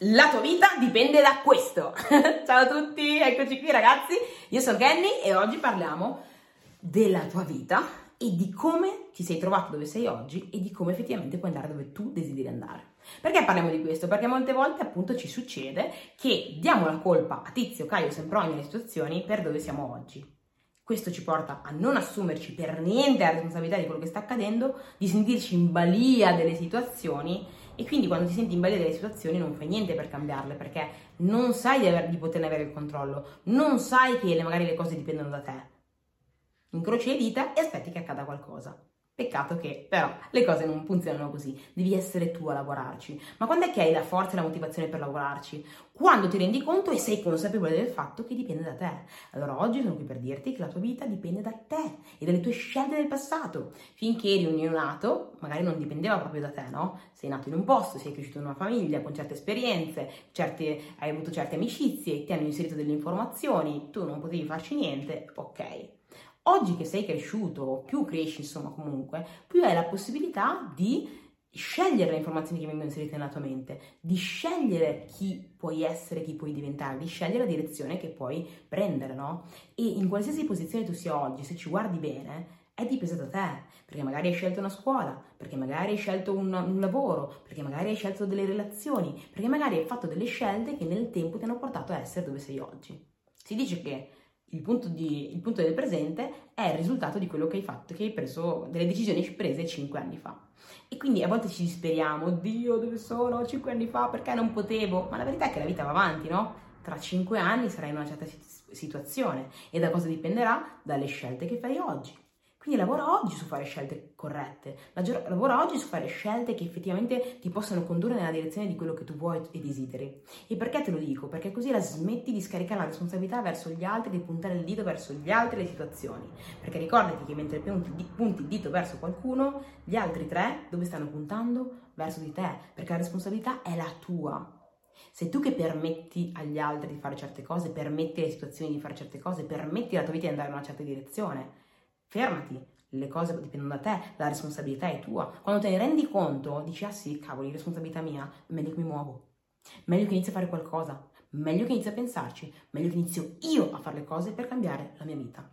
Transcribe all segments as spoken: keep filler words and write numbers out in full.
La tua vita dipende da questo. Ciao a tutti, eccoci qui ragazzi, io sono Kenny e oggi parliamo della tua vita e di come ti sei trovato dove sei oggi e di come effettivamente puoi andare dove tu desideri andare. Perché parliamo di questo? Perché molte volte appunto ci succede che diamo la colpa a Tizio, Caio, Sempronio nelle situazioni per dove siamo oggi. Questo ci porta a non assumerci per niente la responsabilità di quello che sta accadendo, di sentirci in balia delle situazioni e quindi quando ti senti in balia delle situazioni non fai niente per cambiarle perché non sai di, aver, di poterne avere il controllo, non sai che le, magari le cose dipendono da te. Incroci le dita e aspetti che accada qualcosa. Peccato che però le cose non funzionano così, devi essere tu a lavorarci. Ma quando è che hai la forza e la motivazione per lavorarci? Quando ti rendi conto e sei consapevole del fatto che dipende da te. Allora oggi sono qui per dirti che la tua vita dipende da te e dalle tue scelte del passato. Finché eri un neonato, magari non dipendeva proprio da te, no? Sei nato in un posto, sei cresciuto in una famiglia con certe esperienze, certe, hai avuto certe amicizie, ti hanno inserito delle informazioni, tu non potevi farci niente, ok. Oggi che sei cresciuto, più cresci insomma comunque, più hai la possibilità di scegliere le informazioni che vengono inserite nella tua mente, di scegliere chi puoi essere, chi puoi diventare, di scegliere la direzione che puoi prendere, no? E in qualsiasi posizione tu sia oggi, se ci guardi bene, è dipeso da te, perché magari hai scelto una scuola, perché magari hai scelto un, un lavoro, perché magari hai scelto delle relazioni, perché magari hai fatto delle scelte che nel tempo ti hanno portato a essere dove sei oggi. Si dice che Il punto, di, il punto del presente è il risultato di quello che hai fatto, che hai preso, delle decisioni prese cinque anni fa. E quindi a volte ci disperiamo, oddio dove sono cinque anni fa, perché non potevo? Ma la verità è che la vita va avanti, no? Tra cinque anni sarai in una certa situazione e da cosa dipenderà? Dalle scelte che fai oggi. Quindi lavora oggi su fare scelte corrette, lavora oggi su fare scelte che effettivamente ti possano condurre nella direzione di quello che tu vuoi e desideri. E perché te lo dico? Perché così la smetti di scaricare la responsabilità verso gli altri, di puntare il dito verso gli altri e le situazioni. Perché ricordati che mentre punti, punti il dito verso qualcuno, gli altri tre dove stanno puntando? Verso di te, perché la responsabilità è la tua. Sei tu che permetti agli altri di fare certe cose, permetti alle situazioni di fare certe cose, permetti alla tua vita di andare in una certa direzione. Fermati, le cose dipendono da te, la responsabilità è tua. Quando te ne rendi conto, dici, ah sì, cavoli, responsabilità mia, meglio che mi muovo, meglio che inizio a fare qualcosa, meglio che inizio a pensarci, meglio che inizio io a fare le cose per cambiare la mia vita.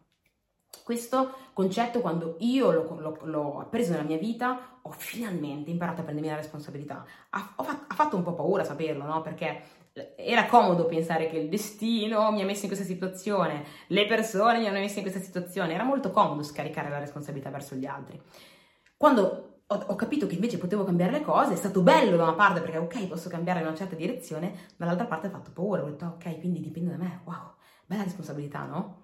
Questo concetto, quando io l'ho, l'ho, l'ho appreso nella mia vita, ho finalmente imparato a prendermi la responsabilità. Ha, ha fatto un po' paura saperlo, no? Perché era comodo pensare che il destino mi ha messo in questa situazione, le persone mi hanno messo in questa situazione, era molto comodo scaricare la responsabilità verso gli altri. Quando ho, ho capito che invece potevo cambiare le cose, è stato bello da una parte perché ok, posso cambiare in una certa direzione, dall'altra parte ha fatto paura, ho detto ok, quindi dipende da me, wow, bella responsabilità, no?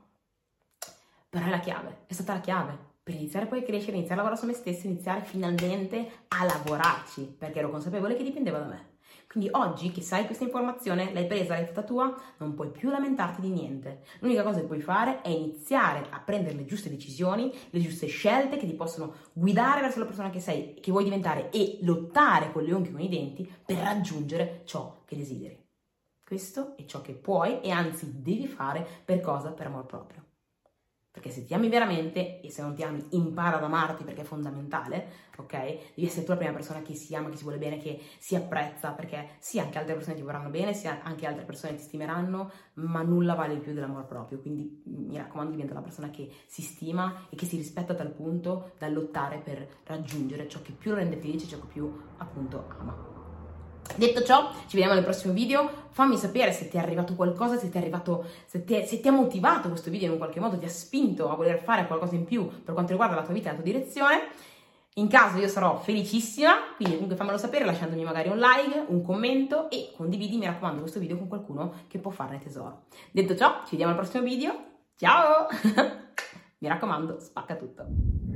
Però è la chiave, è stata la chiave per iniziare poi a crescere, iniziare a lavorare su me stesso, iniziare finalmente a lavorarci, perché ero consapevole che dipendeva da me. Quindi oggi che sai questa informazione, l'hai presa, l'hai fatta tua, non puoi più lamentarti di niente. L'unica cosa che puoi fare è iniziare a prendere le giuste decisioni, le giuste scelte che ti possono guidare verso la persona che sei, che vuoi diventare e lottare con le unghie e con i denti per raggiungere ciò che desideri. Questo è ciò che puoi e anzi devi fare per cosa? Per amor proprio. Perché se ti ami veramente, e se non ti ami, impara ad amarti perché è fondamentale, ok? Devi essere tu la prima persona che si ama, che si vuole bene, che si apprezza, perché sì, anche altre persone ti vorranno bene, sì, anche altre persone ti stimeranno, ma nulla vale più dell'amor proprio. Quindi mi raccomando, diventa una persona che si stima e che si rispetta a tal punto da lottare per raggiungere ciò che più lo rende felice, ciò che più appunto ama. Detto ciò, ci vediamo nel prossimo video. Fammi sapere se ti è arrivato qualcosa, se ti è arrivato, se ti, è, se ti ha motivato questo video in un qualche modo, ti ha spinto a voler fare qualcosa in più per quanto riguarda la tua vita e la tua direzione. In caso io sarò felicissima, quindi comunque fammelo sapere lasciandomi magari un like, un commento e condividi, mi raccomando, questo video con qualcuno che può farne tesoro. Detto ciò, ci vediamo al prossimo video. Ciao! Mi raccomando, spacca tutto!